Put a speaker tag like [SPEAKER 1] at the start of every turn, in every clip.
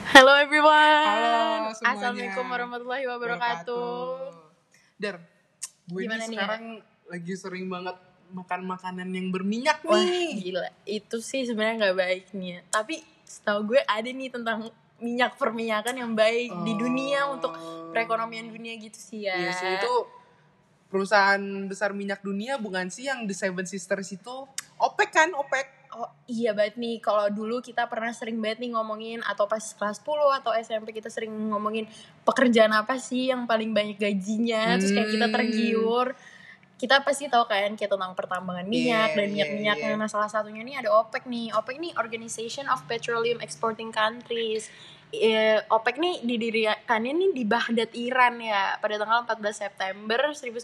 [SPEAKER 1] Hello everyone.
[SPEAKER 2] Halo semuanya.
[SPEAKER 1] Assalamualaikum warahmatullahi wabarakatuh.
[SPEAKER 2] Dar, gue
[SPEAKER 1] Gimana
[SPEAKER 2] ini
[SPEAKER 1] nih
[SPEAKER 2] sekarang lagi sering banget makan makanan yang berminyak
[SPEAKER 1] Wah,
[SPEAKER 2] nih.
[SPEAKER 1] gila. Itu sih sebenarnya nggak baik nih ya. Tapi setahu gue ada nih tentang minyak perminyakan yang baik di dunia untuk perekonomian dunia gitu sih ya.
[SPEAKER 2] Iya sih, itu perusahaan besar minyak dunia bukan sih yang The Seven Sisters itu? OPEC kan, OPEC.
[SPEAKER 1] Oh iya banget nih, kalau dulu kita pernah sering banget nih ngomongin, atau pas kelas 10 atau SMP kita sering ngomongin pekerjaan apa sih yang paling banyak gajinya, terus kayak kita tergiur. Kita pasti tahu kan kayak tentang pertambangan minyak dan minyak-minyaknya. Nah salah satunya nih ada OPEC nih. OPEC nih Organization of Petroleum Exporting Countries. OPEC nih didirikannya nih di Baghdad, Iran ya, pada tanggal 14 September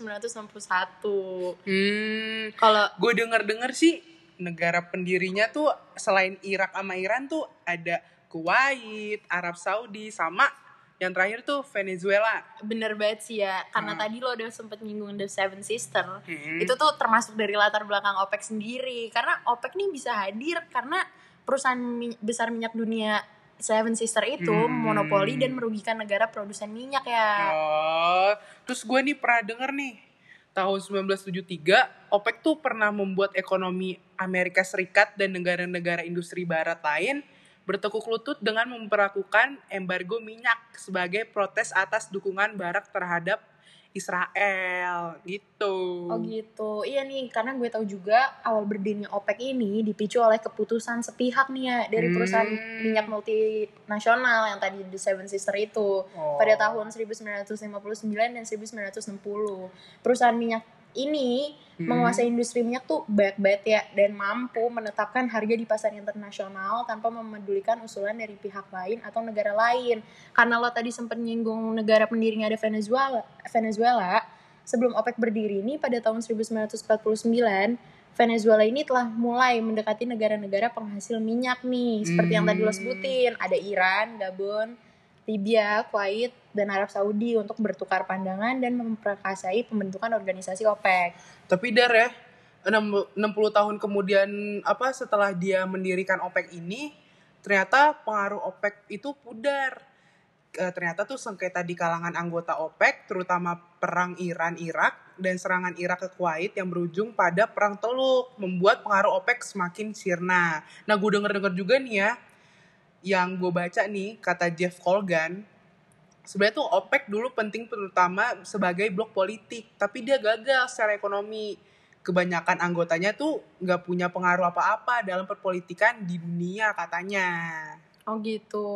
[SPEAKER 1] 1961.
[SPEAKER 2] Kalau gue denger sih negara pendirinya tuh selain Irak sama Iran tuh ada Kuwait, Arab Saudi, sama yang terakhir tuh Venezuela.
[SPEAKER 1] Bener banget sih ya, karena tadi lo udah sempet nyinggung The Seven Sisters. Itu tuh termasuk dari latar belakang OPEC sendiri. Karena OPEC nih bisa hadir karena perusahaan besar minyak dunia Seven Sisters itu monopoli dan merugikan negara produsen minyak ya.
[SPEAKER 2] Terus gue nih pernah denger nih, tahun 1973 OPEC tuh pernah membuat ekonomi Amerika Serikat dan negara-negara industri barat lain bertekuk lutut dengan memperlakukan embargo minyak sebagai protes atas dukungan barat terhadap Israel gitu.
[SPEAKER 1] Oh gitu, iya nih, karena gue tahu juga awal berdirinya OPEC ini dipicu oleh keputusan sepihak nih ya dari perusahaan minyak multinasional yang tadi The Seven Sisters itu pada tahun 1959 dan 1960. Perusahaan minyak ini menguasai industri minyak tuh banget ya, dan mampu menetapkan harga di pasar internasional tanpa memedulikan usulan dari pihak lain atau negara lain. Karena lo tadi sempat nyinggung negara pendirinya ada Venezuela. Sebelum OPEC berdiri ini pada tahun 1949, Venezuela ini telah mulai mendekati negara-negara penghasil minyak nih, seperti yang tadi lo sebutin, ada Iran, Gabon, Libya, Kuwait, dan Arab Saudi untuk bertukar pandangan dan memperkasai pembentukan organisasi OPEC.
[SPEAKER 2] Tapi Dar ya, 60 tahun kemudian setelah dia mendirikan OPEC ini, ternyata pengaruh OPEC itu pudar. Ternyata tuh sengketa di kalangan anggota OPEC, terutama perang Iran-Irak dan serangan Irak ke Kuwait yang berujung pada perang Teluk, membuat pengaruh OPEC semakin sirna. Nah, gue denger juga nih ya, yang gue baca nih, kata Jeff Colgan, sebenarnya tuh OPEC dulu penting terutama sebagai blok politik, tapi dia gagal secara ekonomi. Kebanyakan anggotanya tuh nggak punya pengaruh apa-apa dalam perpolitikan di dunia katanya.
[SPEAKER 1] Oh gitu.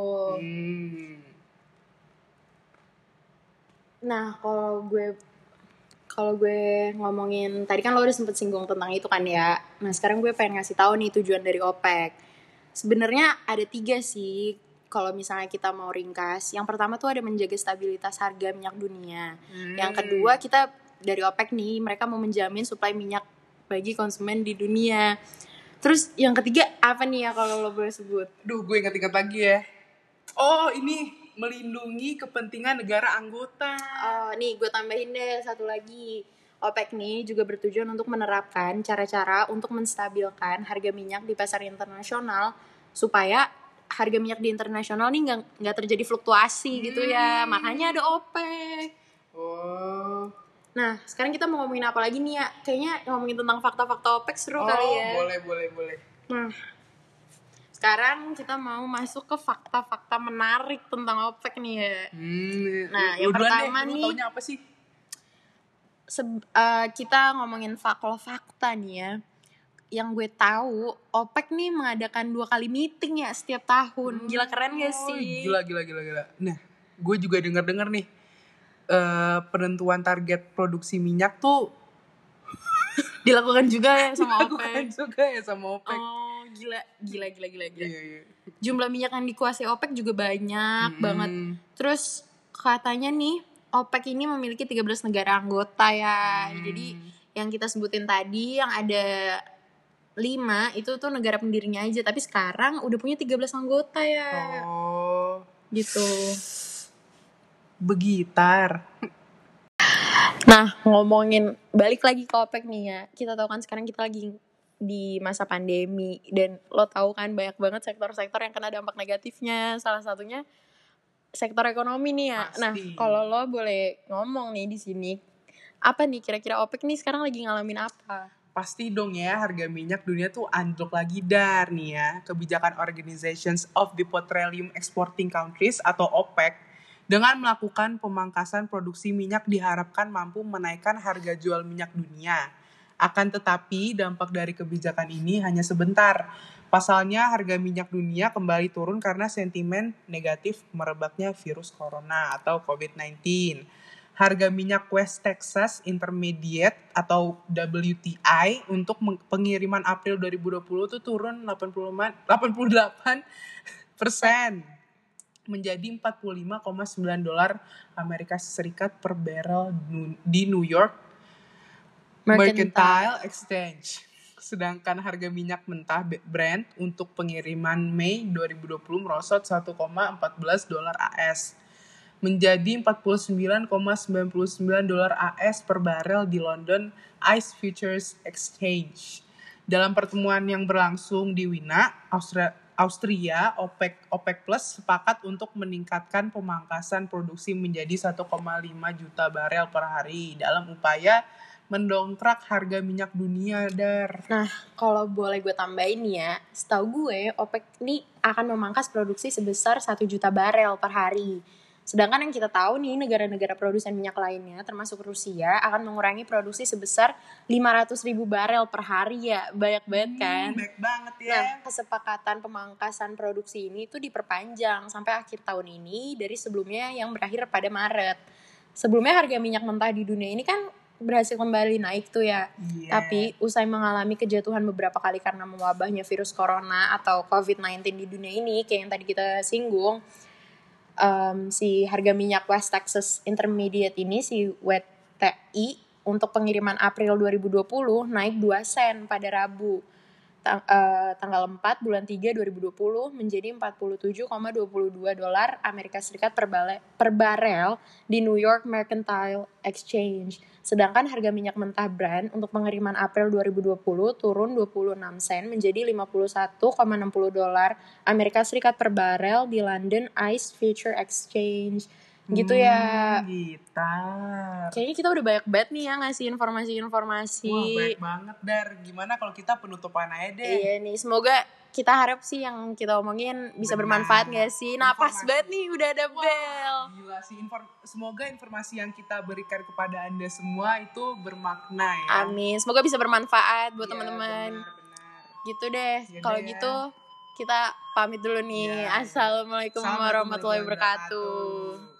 [SPEAKER 1] Nah kalau gue ngomongin tadi kan lo udah sempet singgung tentang itu kan ya. Nah sekarang gue pengen ngasih tahu nih tujuan dari OPEC. Sebenarnya ada 3 sih kalau misalnya kita mau ringkas. Yang pertama tuh ada menjaga stabilitas harga minyak dunia. Yang kedua, kita dari OPEC nih, mereka mau menjamin suplai minyak bagi konsumen di dunia. Terus yang ketiga apa nih ya kalau lo boleh sebut?
[SPEAKER 2] Gue ingat-ingat lagi ya. Oh, ini melindungi kepentingan negara anggota.
[SPEAKER 1] Oh, nih gue tambahin deh satu lagi. OPEC nih juga bertujuan untuk menerapkan cara-cara untuk menstabilkan harga minyak di pasar internasional supaya harga minyak di internasional nih nggak terjadi fluktuasi gitu ya. Makanya ada OPEC. Nah, sekarang kita mau ngomongin apa lagi nih ya? Kayaknya ngomongin tentang fakta-fakta OPEC seru kali ya.
[SPEAKER 2] Boleh.
[SPEAKER 1] Nah, sekarang kita mau masuk ke fakta-fakta menarik tentang OPEC nih ya. Nah, yang pertama nih,
[SPEAKER 2] taunya apa sih?
[SPEAKER 1] Kita ngomongin fakta nih ya. Yang gue tahu, OPEC nih mengadakan 2 kali meeting ya setiap tahun. Gila, keren gak sih?
[SPEAKER 2] Gila. Nah, gue juga denger nih, penentuan target produksi minyak tuh
[SPEAKER 1] dilakukan juga ya sama
[SPEAKER 2] OPEC.
[SPEAKER 1] Oh, gila.
[SPEAKER 2] Iya.
[SPEAKER 1] Jumlah minyak yang dikuasai OPEC juga banyak banget. Terus katanya nih, OPEC ini memiliki 13 negara anggota ya. Jadi yang kita sebutin tadi yang ada 5 itu tuh negara pendirinya aja, tapi sekarang udah punya 13 anggota ya.
[SPEAKER 2] Oh.
[SPEAKER 1] Gitu.
[SPEAKER 2] Begitar.
[SPEAKER 1] Nah, ngomongin balik lagi ke OPEC nih ya. Kita tahu kan sekarang kita lagi di masa pandemi, dan lo tahu kan banyak banget sektor-sektor yang kena dampak negatifnya, salah satunya sektor ekonomi nih ya.
[SPEAKER 2] Pasti.
[SPEAKER 1] Nah, kalau lo boleh ngomong nih di sini, apa nih kira-kira OPEC nih sekarang lagi ngalamin apa?
[SPEAKER 2] Pasti dong ya, harga minyak dunia tuh anjlok lagi nih ya. Kebijakan Organizations of the Petroleum Exporting Countries atau OPEC dengan melakukan pemangkasan produksi minyak diharapkan mampu menaikkan harga jual minyak dunia. Akan tetapi dampak dari kebijakan ini hanya sebentar. Pasalnya harga minyak dunia kembali turun karena sentimen negatif merebaknya virus corona atau COVID-19. Harga minyak West Texas Intermediate atau WTI untuk pengiriman April 2020 tuh turun 88% menjadi $45,9 Amerika Serikat per barrel di New York Mercantile Exchange. Sedangkan harga minyak mentah Brent untuk pengiriman Mei 2020 merosot $1,14 AS menjadi $49,99 AS per barel di London ICE Futures Exchange. Dalam pertemuan yang berlangsung di Wina, Austria, OPEC Plus sepakat untuk meningkatkan pemangkasan produksi menjadi 1,5 juta barel per hari dalam upaya mendongkrak harga minyak dunia, Dar.
[SPEAKER 1] Nah, kalau boleh gue tambahin ya, setahu gue OPEC ini akan memangkas produksi sebesar 1 juta barel per hari. Sedangkan yang kita tahu nih, negara-negara produsen minyak lainnya, termasuk Rusia, akan mengurangi produksi sebesar 500.000 barel per hari ya. Banyak banget kan?
[SPEAKER 2] Banyak banget ya.
[SPEAKER 1] Nah, kesepakatan pemangkasan produksi ini tuh diperpanjang sampai akhir tahun ini dari sebelumnya yang berakhir pada Maret. Sebelumnya harga minyak mentah di dunia ini kan berhasil kembali naik tuh ya.
[SPEAKER 2] Yeah.
[SPEAKER 1] Tapi usai mengalami kejatuhan beberapa kali karena mewabahnya virus corona atau COVID-19 di dunia ini, kayak yang tadi kita singgung, si harga minyak West Texas Intermediate ini, si WTI, untuk pengiriman April 2020 naik 2 sen pada Rabu. Tanggal 4 bulan 3 2020 menjadi $47,22 Amerika Serikat per barel di New York Mercantile Exchange. Sedangkan harga minyak mentah Brent untuk pengiriman April 2020 turun 26 sen menjadi $51,60 Amerika Serikat per barel di London ICE Futures Exchange. Gitu ya.
[SPEAKER 2] Gitar.
[SPEAKER 1] Kayaknya kita udah banyak banget nih ya ngasih informasi-informasi.
[SPEAKER 2] Wah, banyak banget, Dar. Gimana kalau kita penutupan aja deh?
[SPEAKER 1] Iya nih, semoga kita harap sih yang kita omongin bisa bermanfaat gak sih? Nah, pas banget nih udah ada bel.
[SPEAKER 2] Gila sih, semoga informasi yang kita berikan kepada Anda semua itu bermakna ya.
[SPEAKER 1] Amin, semoga bisa bermanfaat buat teman-teman.
[SPEAKER 2] Benar.
[SPEAKER 1] Gitu deh, kalau gitu kita pamit dulu nih.
[SPEAKER 2] Ya.
[SPEAKER 1] Assalamualaikum warahmatullahi wabarakatuh.